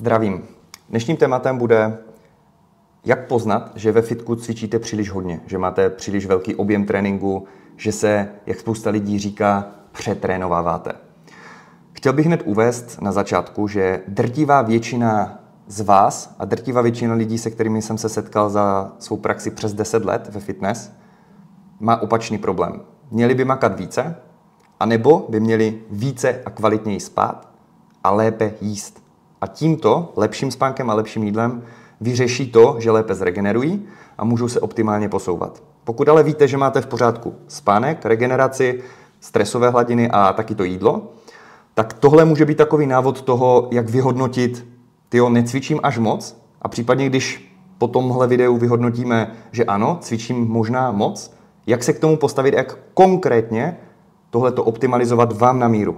Zdravím. Dnešním tématem bude, jak poznat, že ve fitku cvičíte příliš hodně, že máte příliš velký objem tréninku, že se, jak spousta lidí říká, přetrénováváte. Chtěl bych hned uvést na začátku, že drtivá většina z vás a drtivá většina lidí, se kterými jsem se setkal za svou praxi přes 10 let ve fitness, má opačný problém. Měli by makat více, anebo by měli více a kvalitněji spát a lépe jíst. A tímto lepším spánkem a lepším jídlem vyřeší to, že lépe zregenerují a můžou se optimálně posouvat. Pokud ale víte, že máte v pořádku spánek, regeneraci, stresové hladiny a taky to jídlo, tak tohle může být takový návod toho, jak vyhodnotit, necvičím až moc, a případně když po tomhle videu vyhodnotíme, že ano, cvičím možná moc, jak se k tomu postavit, jak konkrétně tohleto optimalizovat vám na míru.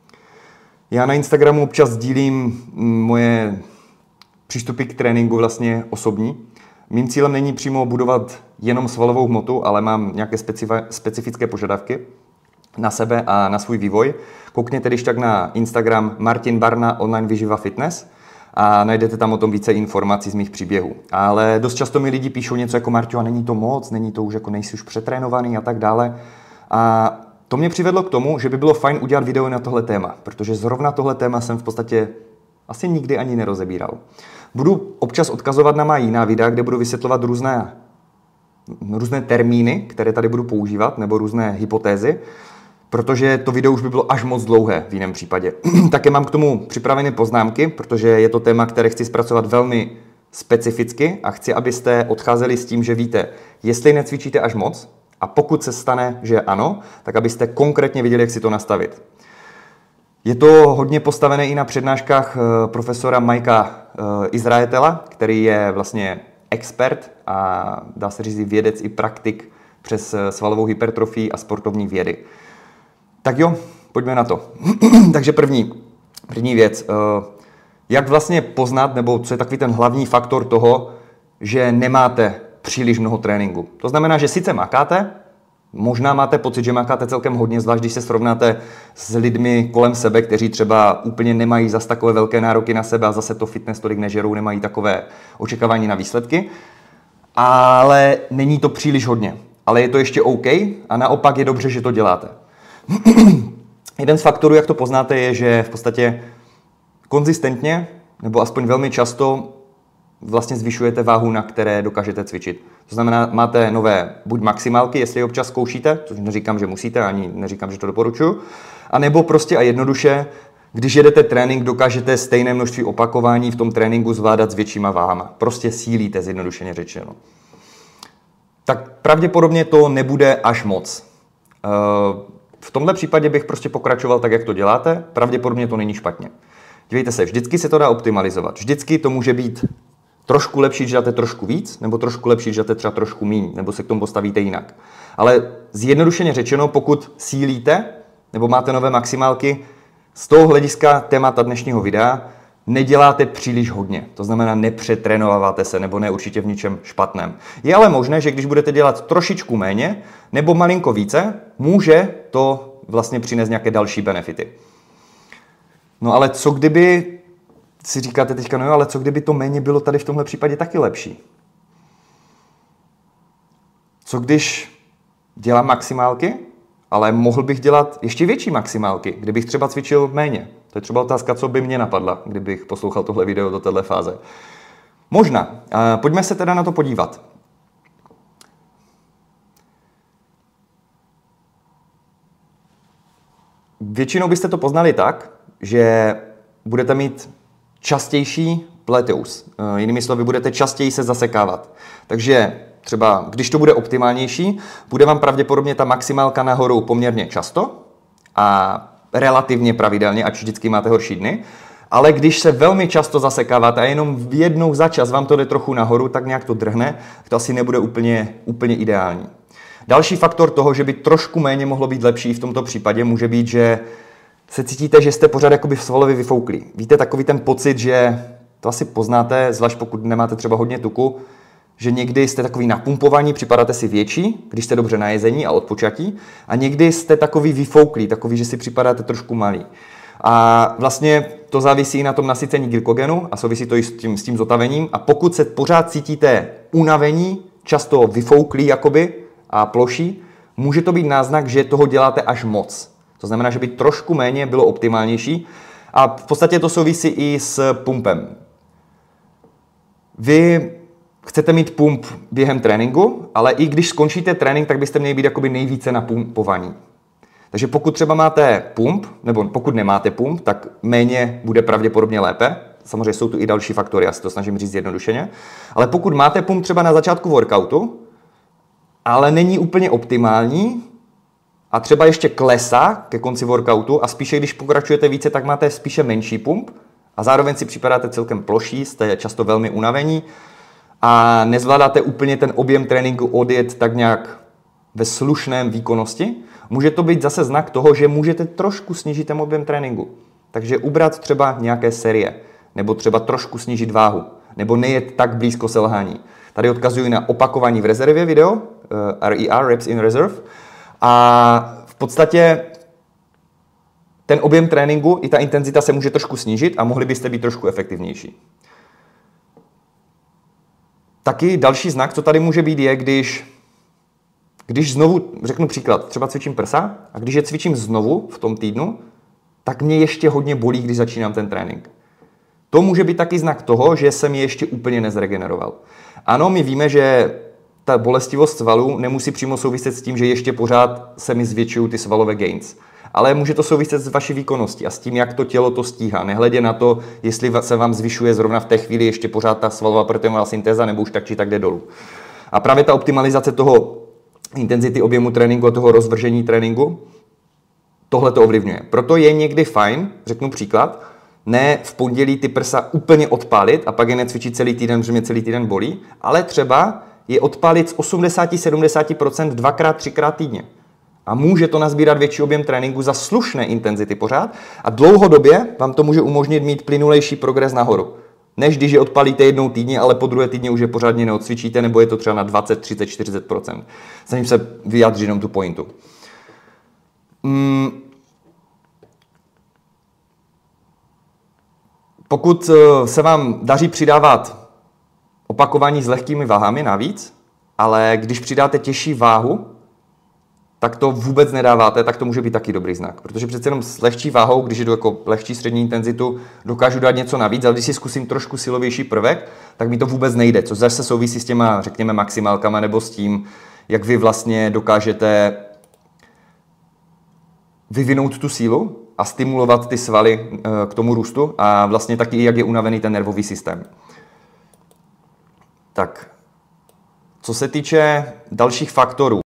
Já na Instagramu občas sdílím moje přístupy k tréninku vlastně osobní. Mým cílem není přímo budovat jenom svalovou hmotu, ale mám nějaké specifické požadavky na sebe a na svůj vývoj. Koukněte když tak na Instagram Martin Barna online výživa fitness a najdete tam o tom více informací z mých příběhů. Ale dost často mi lidi píšou něco jako Marťo, a není to moc, není to už jako nejsi už přetrénovaný a tak dále. A to mě přivedlo k tomu, že by bylo fajn udělat video na tohle téma, protože zrovna tohle téma jsem v podstatě asi nikdy ani nerozebíral. Budu občas odkazovat na má jiná videa, kde budu vysvětlovat různé termíny, které tady budu používat, nebo různé hypotézy, protože to video už by bylo až moc dlouhé v jiném případě. Také mám k tomu připravené poznámky, protože je to téma, které chci zpracovat velmi specificky a chci, abyste odcházeli s tím, že víte, jestli necvičíte až moc, a pokud se stane, že ano, tak abyste konkrétně věděli, jak si to nastavit. Je to hodně postavené i na přednáškách profesora Mikea Israetela, který je vlastně expert a dá se říct vědec i praktik přes svalovou hypertrofii a sportovní vědy. Tak jo, pojďme na to. Takže první věc. Jak vlastně poznat, nebo co je takový ten hlavní faktor toho, že nemáte příliš mnoho tréninku. To znamená, že sice makáte, možná máte pocit, že makáte celkem hodně, zvlášť když se srovnáte s lidmi kolem sebe, kteří třeba úplně nemají zas takové velké nároky na sebe a zase to fitness tolik nežerou, nemají takové očekávání na výsledky, ale není to příliš hodně. Ale je to ještě OK a naopak je dobře, že to děláte. Jeden z faktorů, jak to poznáte, je, že v podstatě konzistentně, nebo aspoň velmi často vlastně zvyšujete váhu, na které dokážete cvičit. To znamená, máte nové buď maximálky, jestli je občas zkoušíte, což neříkám, že musíte, ani neříkám, že to doporučuji, anebo prostě a jednoduše, když jedete trénink, dokážete stejné množství opakování v tom tréninku zvládat s většíma váhama. Prostě sílíte, zjednodušeně řečeno. Tak pravděpodobně to nebude až moc. V tomhle případě bych prostě pokračoval tak, jak to děláte, pravděpodobně to není špatně. Dívejte se, vždycky se to dá optimalizovat. Vždycky to může být trošku lepší, že dáte trošku víc, nebo trošku lepší, že dáte třeba trošku míň, nebo se k tomu postavíte jinak. Ale zjednodušeně řečeno, pokud sílíte, nebo máte nové maximálky, z toho hlediska témata dnešního videa neděláte příliš hodně. To znamená, nepřetrénováváte se, nebo ne určitě v ničem špatném. Je ale možné, že když budete dělat trošičku méně, nebo malinko více, může to vlastně přinést nějaké další benefity. No ale co kdyby, si říkáte teďka, no jo, ale co kdyby to méně bylo tady v tomhle případě taky lepší? Co když dělám maximálky, ale mohl bych dělat ještě větší maximálky, kdybych třeba cvičil méně? To je třeba otázka, co by mě napadla, kdybych poslouchal tohle video do téhle fáze. Možná. Pojďme se teda na to podívat. Většinou byste to poznali tak, že budete mít častější plateaus. Jinými slovy, budete častěji se zasekávat. Takže třeba, když to bude optimálnější, bude vám pravděpodobně ta maximálka nahoru poměrně často a relativně pravidelně, ať vždycky máte horší dny. Ale když se velmi často zasekáváte a jenom jednou za čas vám to jde trochu nahoru, tak nějak to drhne, to asi nebude úplně ideální. Další faktor toho, že by trošku méně mohlo být lepší v tomto případě, může být, že se cítíte, že jste pořád jakoby svalově vyfouklí. Víte, takový ten pocit, že to asi poznáte, zvlášť pokud nemáte třeba hodně tuku, že někdy jste takový napumpovaní, připadáte si větší, když jste dobře najezení a odpočatí, a někdy jste takový vyfouklí, takový, že si připadáte trošku malý. A vlastně to závisí i na tom nasycení glykogenu a souvisí to i s tím zotavením. A pokud se pořád cítíte unavení, často vyfouklí jakoby a ploší, může to být náznak, že toho děláte až moc. To znamená, že by trošku méně bylo optimálnější. A v podstatě to souvisí i s pumpem. Vy chcete mít pump během tréninku, ale i když skončíte trénink, tak byste měli být jakoby nejvíce napumpovaní. Takže pokud třeba máte pump, nebo pokud nemáte pump, tak méně bude pravděpodobně lépe. Samozřejmě jsou tu i další faktory, já si to snažím říct jednodušeně. Ale pokud máte pump třeba na začátku workoutu, ale není úplně optimální a třeba ještě klesá ke konci workoutu a spíše když pokračujete více, tak máte spíše menší pump a zároveň si připadáte celkem ploší, jste často velmi unavení a nezvládáte úplně ten objem tréninku odjet tak nějak ve slušném výkonnosti, může to být zase znak toho, že můžete trošku snížit ten objem tréninku. Takže ubrat třeba nějaké série, nebo třeba trošku snížit váhu, nebo nejet tak blízko selhání. Tady odkazuji na opakování v rezervě video, RER, Reps in Reserve. A v podstatě ten objem tréninku i ta intenzita se může trošku snížit a mohli byste být trošku efektivnější. Taky další znak, co tady může být, je, když znovu, řeknu příklad, třeba cvičím prsa a když je cvičím znovu v tom týdnu, tak mě ještě hodně bolí, když začínám ten trénink. To může být taky znak toho, že jsem je ještě úplně nezregeneroval. Ano, my víme, že ta bolestivost svalů nemusí přímo souviset s tím, že ještě pořád se mi zvětšují ty svalové gains. Ale může to souviset s vaší výkonností a s tím, jak to tělo to stíhá. Nehledě na to, jestli se vám zvyšuje zrovna v té chvíli ještě pořád ta svalová proteinová syntéza, nebo už tak či tak jde dolů. A právě ta optimalizace toho intenzity objemu tréninku a toho rozvržení tréninku, tohle to ovlivňuje. Proto je někdy fajn, řeknu příklad, ne v pondělí ty prsa úplně odpálit a pak je necvičit celý týden, protože mě celý týden bolí, ale třeba je odpálit z 80-70% dvakrát, třikrát týdně. A může to nazbírat větší objem tréninku za slušné intenzity pořád a dlouhodobě vám to může umožnit mít plynulejší progres nahoru. Než když je odpalíte jednou týdně, ale po druhé týdně už je pořádně neodcvičíte, nebo je to třeba na 20, 30, 40%. Snažím se vyjádřit jenom tu pointu. Pokud se vám daří přidávat opakování s lehkými váhami navíc, ale když přidáte těžší váhu, tak to vůbec nedáváte, tak to může být taky dobrý znak. Protože přece jenom s lehčí váhou, když jdu jako lehčí střední intenzitu, dokážu dát něco navíc, ale když si zkusím trošku silovější prvek, tak mi to vůbec nejde, což zase souvisí s těma, řekněme, maximálkama nebo s tím, jak vy vlastně dokážete vyvinout tu sílu a stimulovat ty svaly k tomu růstu a vlastně taky, jak je unavený ten nervový systém. Tak, co se týče dalších faktorů,